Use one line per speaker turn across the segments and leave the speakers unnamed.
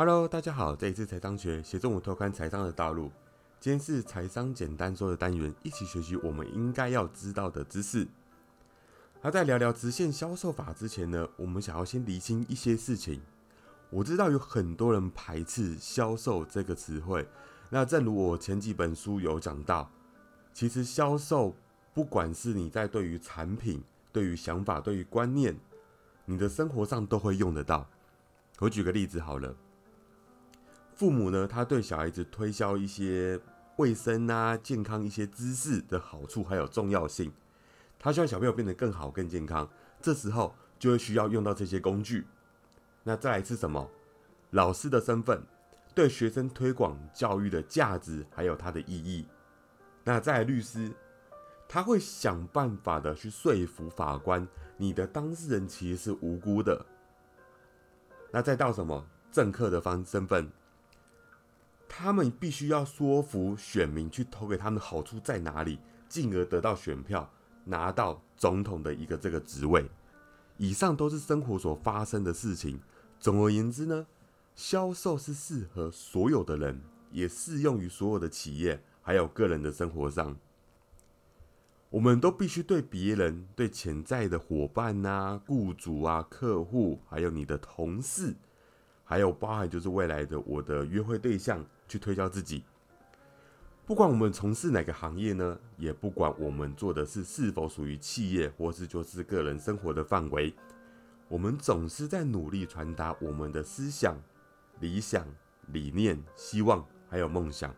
Hello，大家好，这里是财商学，协助我拓宽财商的道路。今天是财商简单说的单元，一起学习我们应该要知道的知识。在聊聊直线销售法之前呢，我们想要先厘清一些事情。我知道有很多人排斥销售这个词汇，那正如我前几本书有讲到，其实销售不管是你在对于产品、对于想法、对于观念，你的生活上都会用得到。我举个例子好了。父母呢，他对小孩子推销一些卫生啊、健康一些知识的好处还有重要性，他希望小朋友变得更好、更健康，这时候就会需要用到这些工具。那再来是什么？老师的身份，对学生推广教育的价值还有它的意义。那再来律师，他会想办法的去说服法官，你的当事人其实是无辜的。那再到什么？政客的身份。他们必须要说服选民去投给他们的好处在哪里，进而得到选票，拿到总统的一个这个职位。以上都是生活所发生的事情。总而言之呢，销售是适合所有的人，也适用于所有的企业，还有个人的生活上。我们都必须对别人、对潜在的伙伴啊、雇主啊、客户，还有你的同事，还有包含就是未来的我的约会对象，去推销自己。不管我们从事哪个行业呢，也不管我们做的是否属于企业或是就是个人生活的范围，我们总是在努力传达我们的思想、理想、理念、希望还有梦想。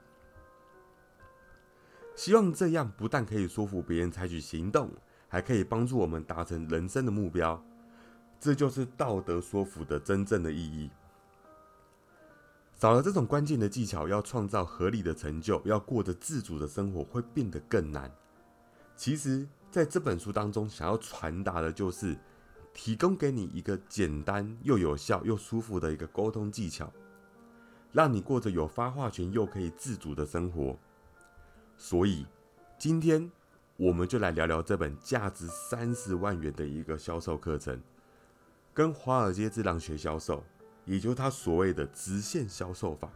希望这样不但可以说服别人采取行动，还可以帮助我们达成人生的目标。这就是道德说服的真正的意义。少了这种关键的技巧，要创造合理的成就，要过着自主的生活，会变得更难。其实，在这本书当中，想要传达的就是提供给你一个简单又有效又舒服的一个沟通技巧，让你过着有发话权又可以自主的生活。所以，今天我们就来聊聊这本价值30万元的一个销售课程，跟华尔街之狼学销售。也就是他所谓的直线销售法。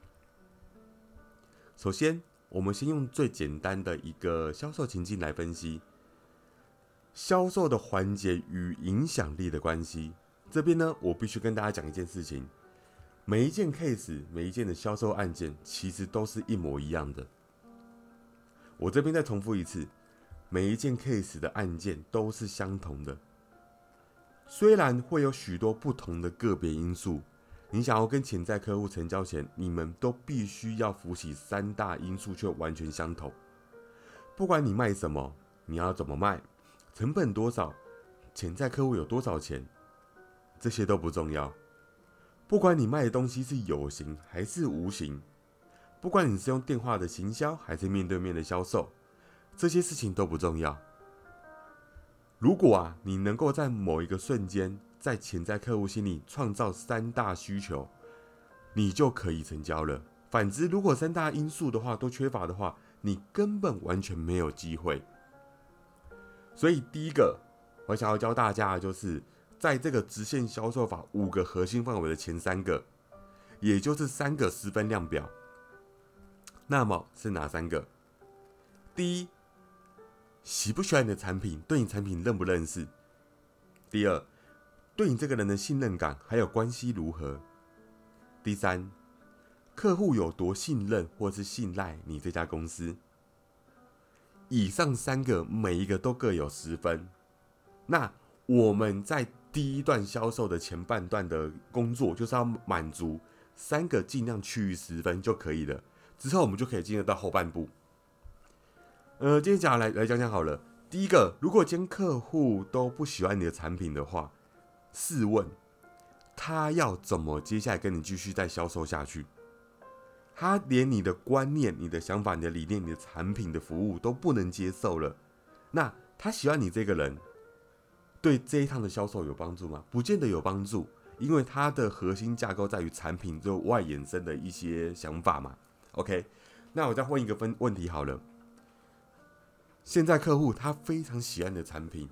首先，我们先用最简单的一个销售情境来分析销售的环节与影响力的关系。这边呢，我必须跟大家讲一件事情：每一件 case， 每一件的销售案件，其实都是一模一样的。我这边再重复一次，每一件 case 的案件都是相同的。虽然会有许多不同的个别因素，你想要跟潜在客户成交前，你们都必须要符起3大因素，却完全相同。不管你卖什么，你要怎么卖，成本多少，潜在客户有多少钱，这些都不重要。不管你卖的东西是有形还是无形，不管你是用电话的行销还是面对面的销售，这些事情都不重要。如果你能够在某一个瞬间，在潜在客户心里创造3大需求，你就可以成交了。反之，如果3大因素的话都缺乏的话，你根本完全没有机会。所以第一个，我想要教大家的就是，在这个直线销售法5个核心范围的前3个，也就是3个10分量表。那么是哪3个？第一，喜不喜欢你的产品，对你产品认不认识？第二，对你这个人的信任感还有关系如何？第三，客户有多信任或是信赖你这家公司？以上3个每一个都各有10分。那我们在第一段销售的前半段的工作，就是要满足3个尽量趋于10分就可以了。之后我们就可以进入到后半部。今天来讲讲好了。第一个，如果今天客户都不喜欢你的产品的话，试问他要怎么接下来跟你继续再销售下去？他连你的观念、你的想法、你的理念、你的产品的服务都不能接受了，那他喜欢你这个人，对这一趟的销售有帮助吗？不见得有帮助，因为它的核心架构在于产品之外衍生的一些想法嘛。OK， 那我再问一个问题好了。现在客户他非常喜欢你的产品，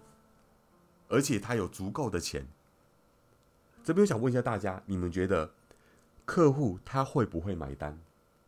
而且他有足够的钱。这边我想问一下大家，你们觉得客户他会不会买单？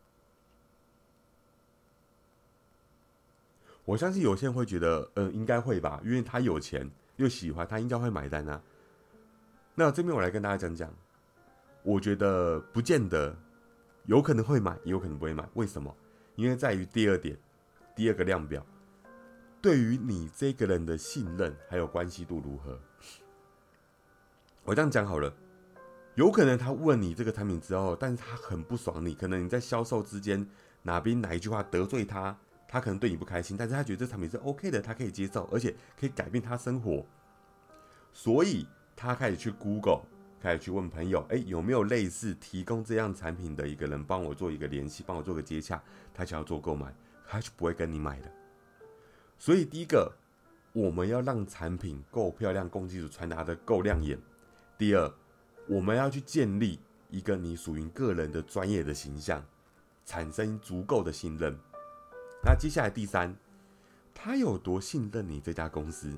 我相信有些人会觉得，应该会吧，因为他有钱又喜欢，他应该会买单啊。那这边我来跟大家讲讲，我觉得不见得，有可能会买，也有可能不会买。为什么？因为在于第二点，第二个量表，对于你这个人的信任还有关系度如何。我这样讲好了，有可能他问你这个产品之后，但是他很不爽你，可能你在销售之间哪一句话得罪他，他可能对你不开心，但是他觉得这产品是 OK 的，他可以接受，而且可以改变他生活，所以他开始去 Google， 开始去问朋友，有没有类似提供这样产品的一个人帮我做一个联系，帮我做个接洽，他想要做购买，他就不会跟你买的。所以第一个，我们要让产品够漂亮、够技术传达的够亮眼。第二，我们要去建立一个你属于个人的专业的形象，产生足够的信任。那接下来第三，他有多信任你这家公司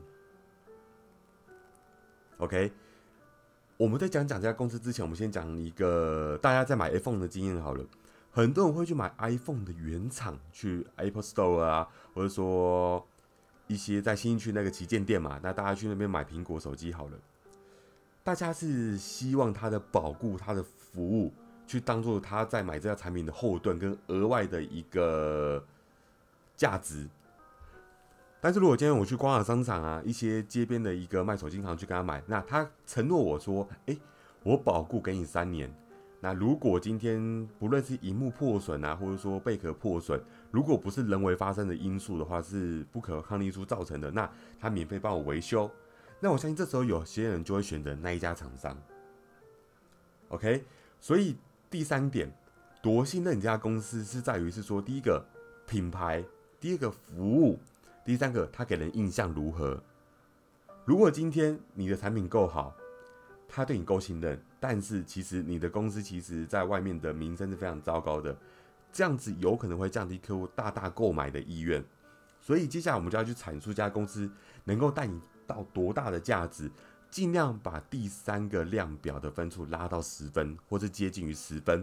？OK， 我们在讲这家公司之前，我们先讲一个大家在买 iPhone 的经验好了。很多人会去买 iPhone 的原厂，去 Apple Store 啊，或者说一些在新义区那个旗舰店嘛，那大家去那边买苹果手机好了。大家是希望它的保固、它的服务，去当做他在买这家产品的后盾跟额外的一个价值。但是如果今天我去光华商场啊，一些街边的一个卖手机行去跟他买，那他承诺我说，我保固给你3年。那如果今天不论是萤幕破损啊，或者说贝壳破损，如果不是人为发生的因素的话，是不可抗力素造成的，那他免费帮我维修。那我相信这时候有些人就会选择那一家厂商。OK， 所以第三点，多信任你这家公司是在于是说，第一个品牌，第二个服务，第三个他给人印象如何。如果今天你的产品够好，他对你够信任，但是其实你的公司其实在外面的名声是非常糟糕的，这样子有可能会降低客户大大购买的意愿。所以接下来我们就要去阐述这家公司能够带你到多大的价值，尽量把第三个量表的分数拉到10分，或是接近于10分。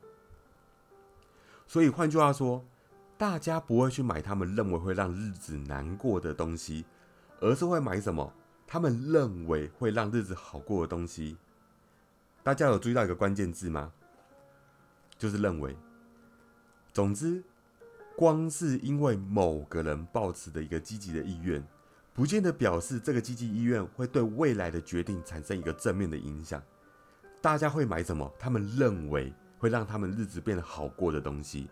所以换句话说，大家不会去买他们认为会让日子难过的东西，而是会买什么？他们认为会让日子好过的东西。大家有注意到一个关键字吗？就是认为。总之，光是因为某个人抱持的一个积极的意愿，不见得表示这个积极意愿会对未来的决定产生一个正面的影响。大家会买什么？他们认为会让他们日子变得好过的东西。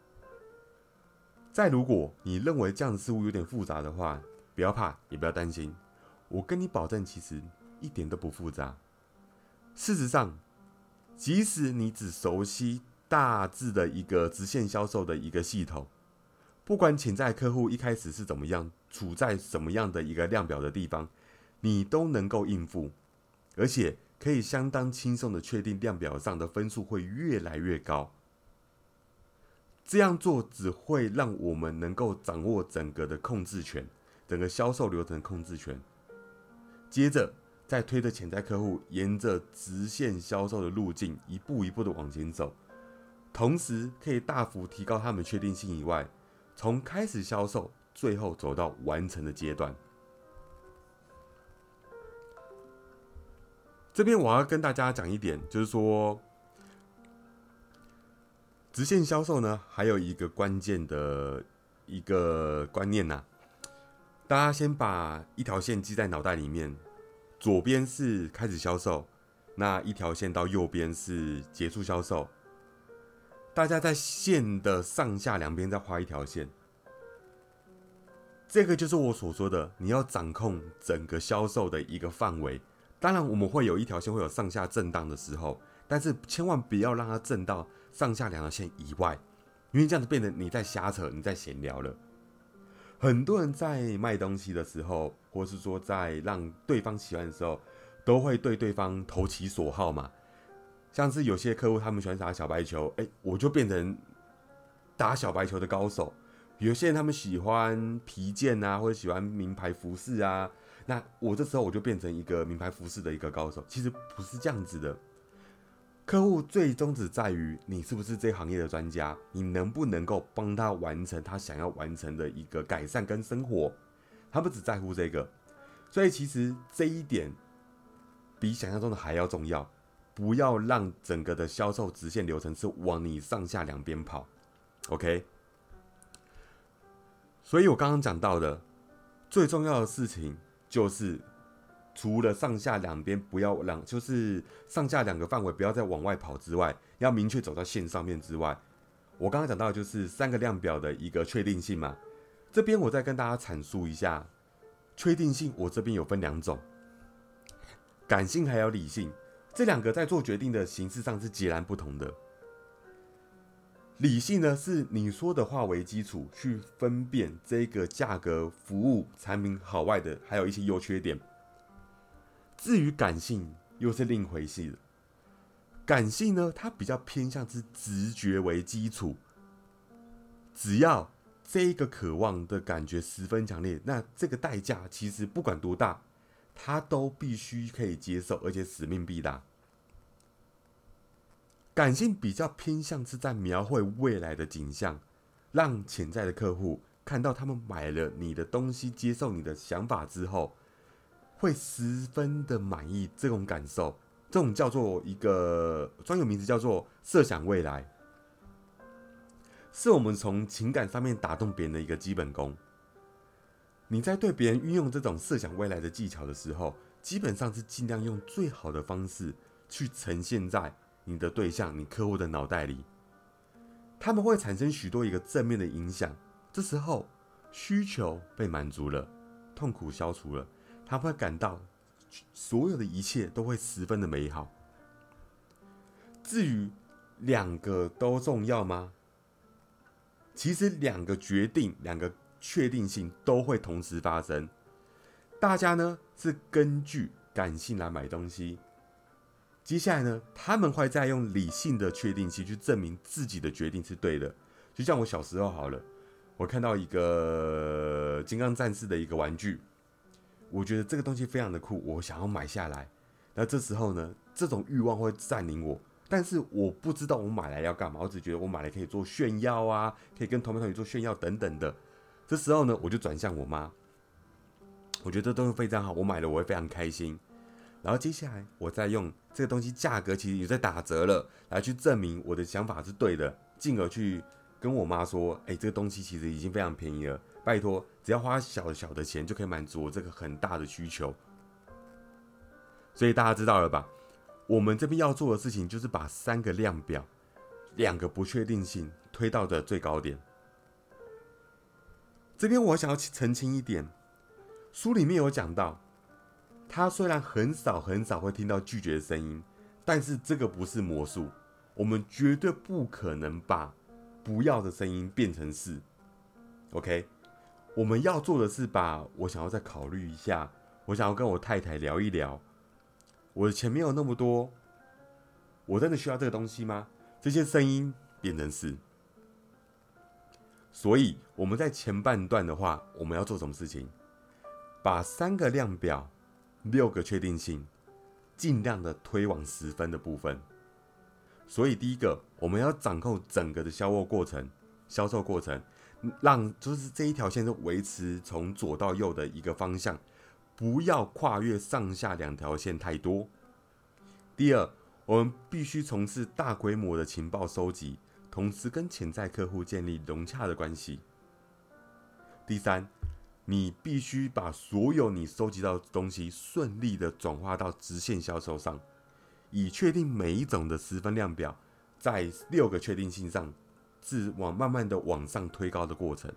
再如果你认为这样的事物有点复杂的话，不要怕，也不要担心。我跟你保证，其实一点都不复杂。事实上，即使你只熟悉大致的一个直线销售的一个系统，不管潜在客户一开始是怎么样，处在什么样的一个量表的地方，你都能够应付，而且可以相当轻松的确定量表上的分数会越来越高。这样做只会让我们能够掌握整个的控制权，整个销售流程的控制权。接着再推着潜在客户沿着直线销售的路径一步一步的往前走，同时可以大幅提高他们确定性以外，从开始销售最后走到完成的阶段。这边我要跟大家讲一点，就是说直线销售呢，还有一个关键的一个观念呐，大家先把一条线记在脑袋里面，左边是开始销售，那一条线到右边是结束销售。大家在线的上下两边再画一条线，这个就是我所说的，你要掌控整个销售的一个范围。当然，我们会有一条线会有上下震荡的时候，但是千万不要让它震到上下两条线以外，因为这样子变成你在瞎扯，你在闲聊了。很多人在卖东西的时候，或是说在让对方喜欢的时候，都会对对方投其所好嘛。像是有些客户他们喜欢打小白球，我就变成打小白球的高手。有些人他们喜欢皮件啊，或者喜欢名牌服饰啊，那我这时候我就变成一个名牌服饰的一个高手。其实不是这样子的。 客户最终只在于你是不是这行业的专家，你能不能够帮他完成他想要完成的一个改善跟生活，他们只在乎这个。所以其实这一点比想象中的还要重要，不要让整个的销售直线流程是往你上下两边跑 ，OK？ 所以我刚刚讲到的最重要的事情就是除了上下两边不要让，就是上下两个范围不要再往外跑之外，要明确走到线上面之外，我刚刚讲到的就是3个量表的一个确定性嘛。这边我再跟大家阐述一下，确定性我这边有分2种，感性还有理性，这2个在做决定的形式上是截然不同的。理性呢是你说的话为基础去分辨这个价格、服务、产品好坏的，还有一些优缺点。至于感性又是另一回事了。感性呢，它比较偏向是直觉为基础，只要这一个渴望的感觉十分强烈，那这个代价其实不管多大，它都必须可以接受，而且使命必达。感性比较偏向是在描绘未来的景象，让潜在的客户看到他们买了你的东西，接受你的想法之后，会十分的满意。这种感受，这种叫做一个专有名词，叫做设想未来，是我们从情感上面打动别人的一个基本功。你在对别人运用这种设想未来的技巧的时候，基本上是尽量用最好的方式去呈现在你的对象、你客户的脑袋里，他们会产生许多一个正面的影响。这时候需求被满足了，痛苦消除了，他们会感到所有的一切都会十分的美好。至于2个都重要吗？其实2个决定、2个确定性都会同时发生。大家呢是根据感性来买东西，接下来呢，他们会再用理性的确定性去证明自己的决定是对的。就像我小时候好了，我看到一个金刚战士的一个玩具，我觉得这个东西非常的酷，我想要买下来。那这时候呢，这种欲望会占领我，但是我不知道我买来要干嘛，我只觉得我买来可以做炫耀啊，可以跟同班同学做炫耀等等的。这时候呢，我就转向我妈，我觉得这东西非常好，我买了我会非常开心。然后接下来我再用这个东西价格其实也在打折了，来去证明我的想法是对的，进而去跟我妈说，这个东西其实已经非常便宜了，拜托，只要花小小的钱就可以满足我这个很大的需求。所以大家知道了吧？我们这边要做的事情就是把3个量表、2个不确定性推到的最高点。这边我想要澄清一点，书里面有讲到，他虽然很少会听到拒绝的声音，但是这个不是魔术，我们绝对不可能把不要的声音变成是。OK， 我们要做的是把我想要再考虑一下，我想要跟我太太聊一聊，我的钱没有那么多，我真的需要这个东西吗？这些声音变成是。所以我们在前半段的话，我们要做什么事情？把3个量表、6个确定性，尽量的推往10分的部分。所以第一个，我们要掌控整个的销售过程，让就是这一条线是维持从左到右的一个方向，不要跨越上下2条线太多。第二，我们必须从事大规模的情报收集，同时跟潜在客户建立融洽的关系。第三，你必须把所有你收集到的东西顺利的转化到直线销售上，以确定每一种的10分量表在6个确定性上是慢慢的往上推高的过程。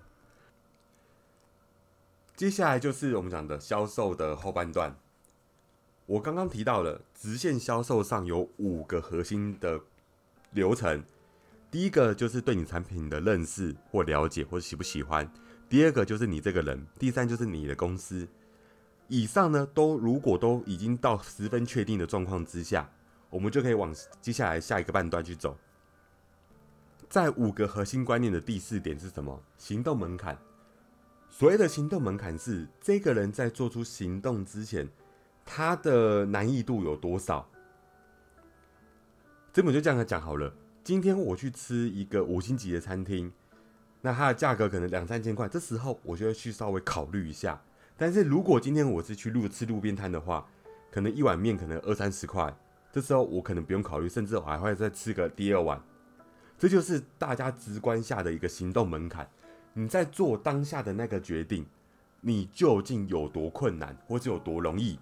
接下来就是我们讲的销售的后半段。我刚刚提到了直线销售上有5个核心的流程，第一个就是对你产品的认识或了解或者喜不喜欢，第二个就是你这个人，第三就是你的公司。以上呢如果都已经到10分确定的状况之下，我们就可以往接下来下一个半段去走。在5个核心观念的第4点是什么？行动门槛。所谓的行动门槛是这个人在做出行动之前，他的难易度有多少？ 这本就这样讲好了。今天我去吃一个5星级的餐厅，那它的价格可能2-3千块，这时候我就会去稍微考虑一下。但是如果今天我是去吃路边摊的话，可能一碗面可能20-30块，这时候我可能不用考虑，甚至我还会再吃个第二碗。这就是大家直观下的一个行动门槛。你在做当下的那个决定，你究竟有多困难，或是有多容易？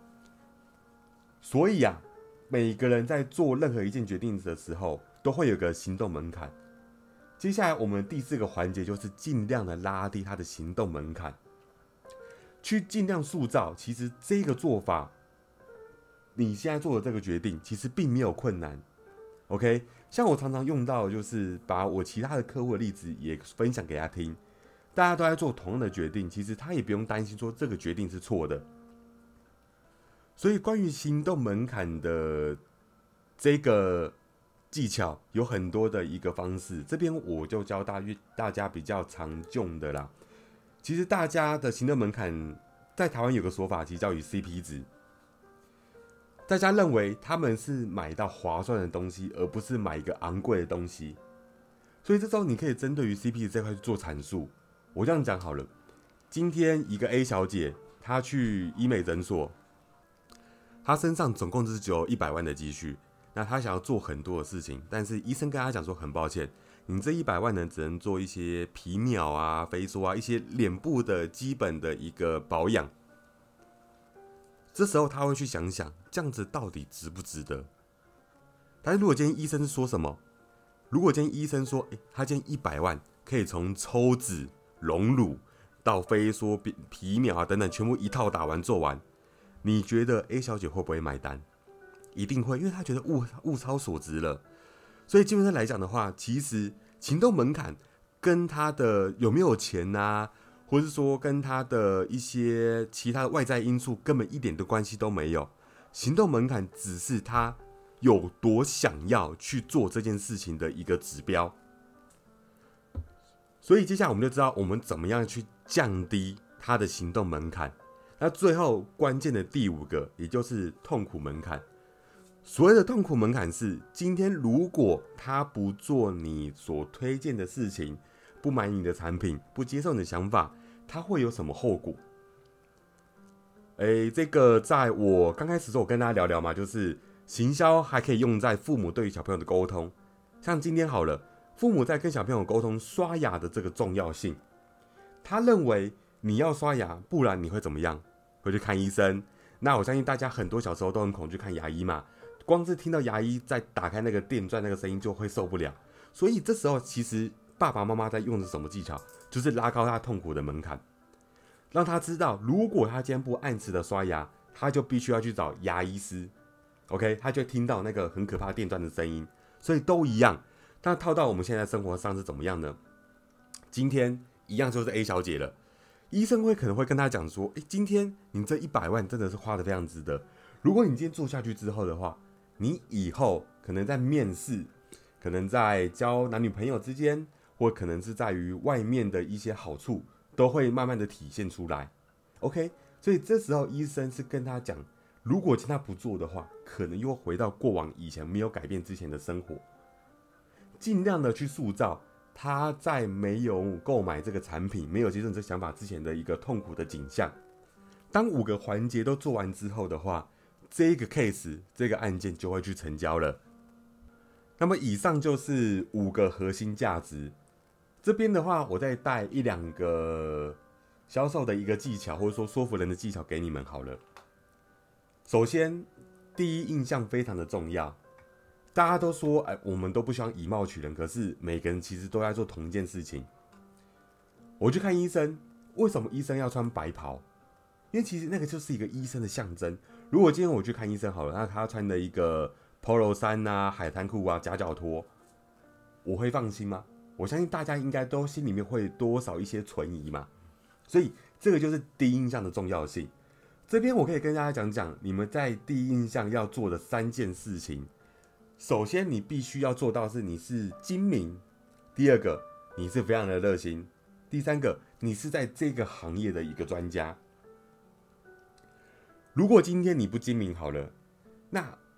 所以啊，每个人在做任何一件决定的时候，都会有个行动门槛。接下来我们第4个环节就是尽量的拉低他的行动门槛，去尽量塑造。其实这个做法，你现在做的这个决定，其实并没有困难。OK， 像我常常用到，就是把我其他的客户的例子也分享给他听。大家都在做同样的决定，其实他也不用担心说这个决定是错的。所以关于行动门槛的这个技巧有很多的一个方式，这边我就教大家比较常用的啦。其实大家的行动门槛在台湾有个说法，其实叫以 CP 值。大家认为他们是买到划算的东西，而不是买一个昂贵的东西。所以这时候你可以针对于 CP 值这块去做阐述。我这样讲好了，今天一个 A 小姐，她去医美诊所，她身上总共只有100万的积蓄，那她想要做很多的事情，但是医生跟她讲说，很抱歉，你这100万呢，只能做一些皮秒啊、飞梭啊，一些脸部的基本的一个保养。这时候他会去想想，这样子到底值不值得？但是如果今天医生是说什么？如果今天医生说，他今天100万可以从抽脂、隆乳到飞梭、皮秒啊等等，全部一套打完做完，你觉得 A 小姐会不会买单？一定会，因为她觉得物超所值了。所以基本上来讲的话，其实行动门槛跟她的有没有钱啊，或是说跟他的一些其他的外在因素根本一点的关系都没有，行动门槛只是他有多想要去做这件事情的一个指标。所以接下来我们就知道我们怎么样去降低他的行动门槛。那最后关键的第5个，也就是痛苦门槛。所谓的痛苦门槛是，今天如果他不做你所推荐的事情，不买你的产品，不接受你的想法，它会有什么后果？这个在我刚开始的时候，我跟大家聊聊嘛，就是行销还可以用在父母对于小朋友的沟通。像今天好了，父母在跟小朋友沟通刷牙的这个重要性，他认为你要刷牙，不然你会怎么样？会去看医生。那我相信大家很多小时候都很恐惧看牙医嘛，光是听到牙医在打开那个电钻那个声音就会受不了。所以这时候其实爸爸妈妈在用的是什么技巧？就是拉高他痛苦的门槛，让他知道，如果他今天不按时的刷牙，他就必须要去找牙医师。OK， 他就会听到那个很可怕的电钻的声音。所以都一样。但套到我们现在生活上是怎么样呢？今天一样就是 A 小姐了，医生可能会跟他讲说，今天你这100万真的是花得非常值得。如果你今天做下去之后的话，你以后可能在面试，可能在交男女朋友之间，或可能是在于外面的一些好处，都会慢慢的体现出来。OK， 所以这时候医生是跟他讲，如果今天他不做的话，可能又回到过往以前没有改变之前的生活。尽量的去塑造他在没有购买这个产品、没有接受这个想法之前的一个痛苦的景象。当5个环节都做完之后的话，这个 case 这个案件就会去成交了。那么以上就是5个核心价值。这边的话，我再带1-2个销售的一个技巧，或者说说服人的技巧给你们好了。首先，第一印象非常的重要。大家都说，我们都不希望以貌取人，可是每个人其实都在做同一件事情。我去看医生，为什么医生要穿白袍？因为其实那个就是一个医生的象征。如果今天我去看医生好了，那他穿的一个 polo 衫啊、海滩裤啊、夹脚拖，我会放心吗？我相信大家应该都心里面会多少一些存疑嘛。所以这个就是第一印象的重要性。这边我可以跟大家讲讲，你们在第一印象要做的3件事情。首先，你必须要做到是你是精明；第2个，你是非常的热心；第3个，你是在这个行业的一个专家。如果今天你不精明好了，那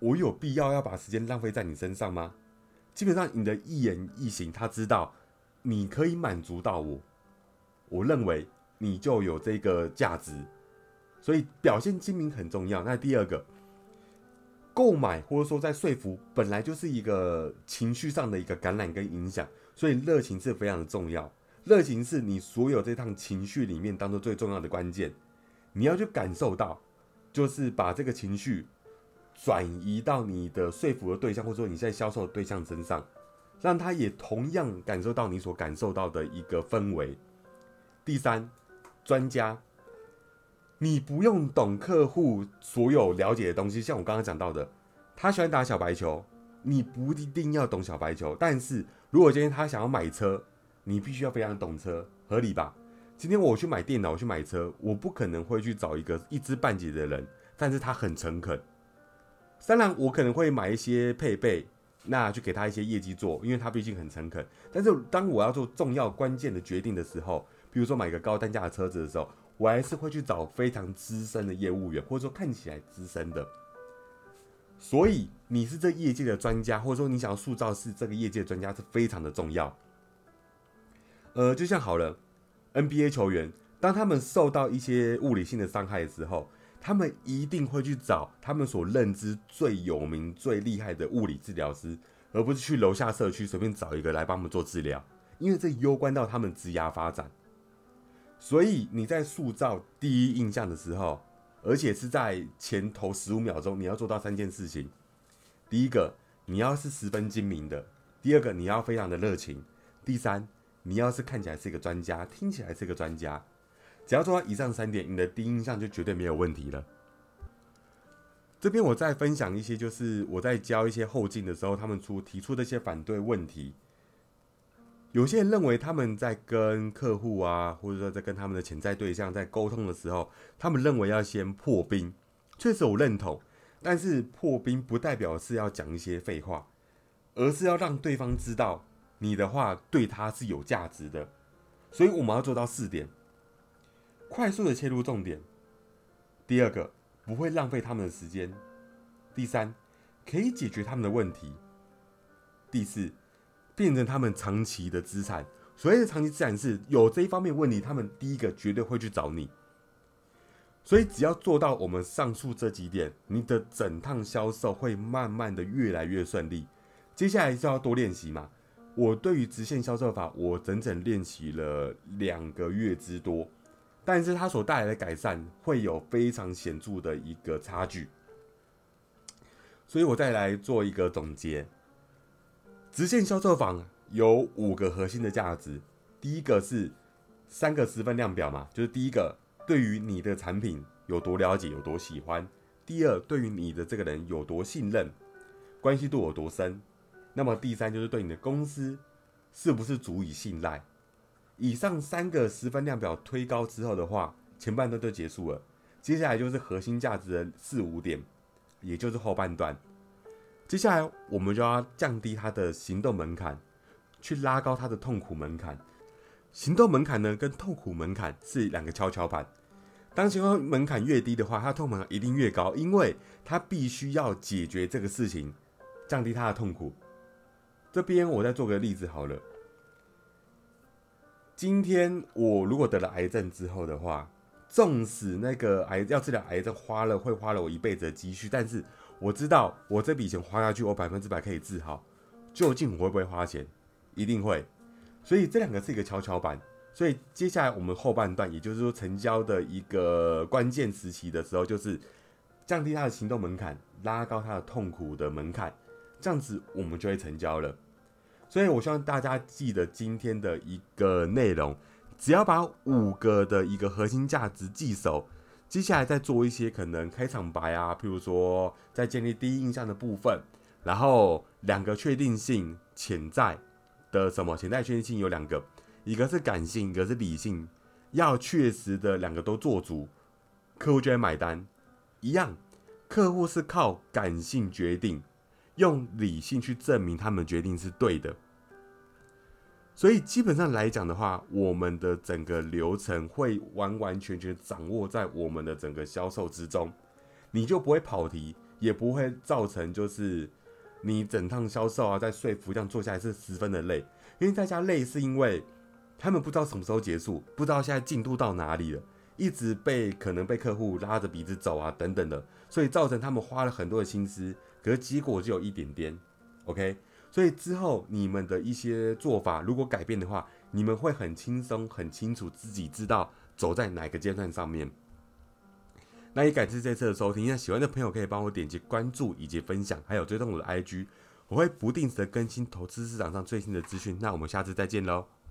我有必要把时间浪费在你身上吗？基本上你的一言一行，他知道你可以满足到我，我认为你就有这个价值。所以表现精明很重要。那第二个，购买或者说在说服本来就是一个情绪上的一个感染跟影响，所以热情是非常的重要。热情是你所有这趟情绪里面当中最重要的关键，你要去感受到，就是把这个情绪转移到你的说服的对象，或者说你现在销售的对象身上，让他也同样感受到你所感受到的一个氛围。第三，专家，你不用懂客户所有了解的东西，像我刚刚讲到的，他喜欢打小白球，你不一定要懂小白球，但是如果今天他想要买车，你必须要非常懂车，合理吧？今天我去买电脑，我去买车，我不可能会去找一个一知半解的人，但是他很诚恳。当然，我可能会买一些配备，那去给他一些业绩做，因为他毕竟很诚恳。但是当我要做重要关键的决定的时候，比如说买一个高单价的车子的时候，我还是会去找非常资深的业务员，或者说看起来资深的。所以你是这业界的专家，或者说你想要塑造是这个业界的专家，是非常的重要。就像好了 ，NBA 球员当他们受到一些物理性的伤害的时候，他们一定会去找他们所认知最有名、最厉害的物理治疗师，而不是去楼下社区随便找一个来帮他们做治疗，因为这攸关到他们职涯发展。所以你在塑造第一印象的时候，而且是在前头15秒钟，你要做到3件事情：第一个，你要是十分精明的；第二个，你要非常的热情；第三，你要是看起来是一个专家，听起来是一个专家。只要做到以上3点，你的第一印象就绝对没有问题了。这边我再分享一些，就是我在教一些后进的时候，他们提出的一些反对问题。有些人认为他们在跟客户啊，或者说在跟他们的潜在对象在沟通的时候，他们认为要先破冰。确实我认同，但是破冰不代表是要讲一些废话，而是要让对方知道你的话对他是有价值的。所以我们要做到4点：快速的切入重点；第二个，不会浪费他们的时间；第三，可以解决他们的问题；第四，变成他们长期的资产。所谓的长期资产是有这一方面问题，他们第一个绝对会去找你。所以只要做到我们上述这几点，你的整趟销售会慢慢的越来越顺利。接下来就要多练习嘛。我对于直线销售法，我整整练习了2个月之多，但是它所带来的改善会有非常显著的一个差距。所以我再来做一个总结。直线销售法有5个核心的价值。第一个是3个10分量表嘛，就是第一个，对于你的产品有多了解，有多喜欢；第二，对于你的这个人有多信任，关系度有多深。那么第三，就是对你的公司是不是足以信赖。以上3个10分量表推高之后的话，前半段就结束了。接下来就是核心价值的4、5点，也就是后半段。接下来我们就要降低它的行动门槛，去拉高它的痛苦门槛。行动门槛呢，跟痛苦门槛是2个跷跷板。当行动门槛越低的话，它痛苦门槛一定越高，因为它必须要解决这个事情，降低它的痛苦。这边我再做个例子好了。今天我如果得了癌症之后的话，纵使那个要治疗癌症会花了我一辈子的积蓄，但是我知道我这笔钱花下去，我100%可以治好。究竟我会不会花钱？一定会。所以这2个是一个跷跷板。所以接下来我们后半段，也就是说成交的一个关键时期的时候，就是降低它的行动门槛，拉高它的痛苦的门槛，这样子我们就会成交了。所以我希望大家记得今天的一个内容，只要把5个的一个核心价值记熟，接下来再做一些可能开场白啊，譬如说在建立第一印象的部分，然后2个确定性潜在的潜在确定性有2个，一个是感性，一个是理性，要确实的2个都做足，客户就会买单。一样，客户是靠感性决定，用理性去证明他们决定是对的。所以基本上来讲的话，我们的整个流程会完完全全掌握在我们的整个销售之中，你就不会跑题， 也不会造成就是你整趟销售啊，在说服这样做下来是十分的累，因为大家累是因为他们不知道什么时候结束，不知道现在进度到哪里了，一直可能被客户拉着鼻子走啊等等的，所以造成他们花了很多的心思，可是结果就有一点点 ，OK。所以之后你们的一些做法如果改变的话，你们会很轻松、很清楚自己知道走在哪个阶段上面。那也感谢这次的收听，那喜欢的朋友可以帮我点击关注以及分享，还有追踪我的 IG，我会不定时的更新投资市场上最新的资讯。那我们下次再见喽。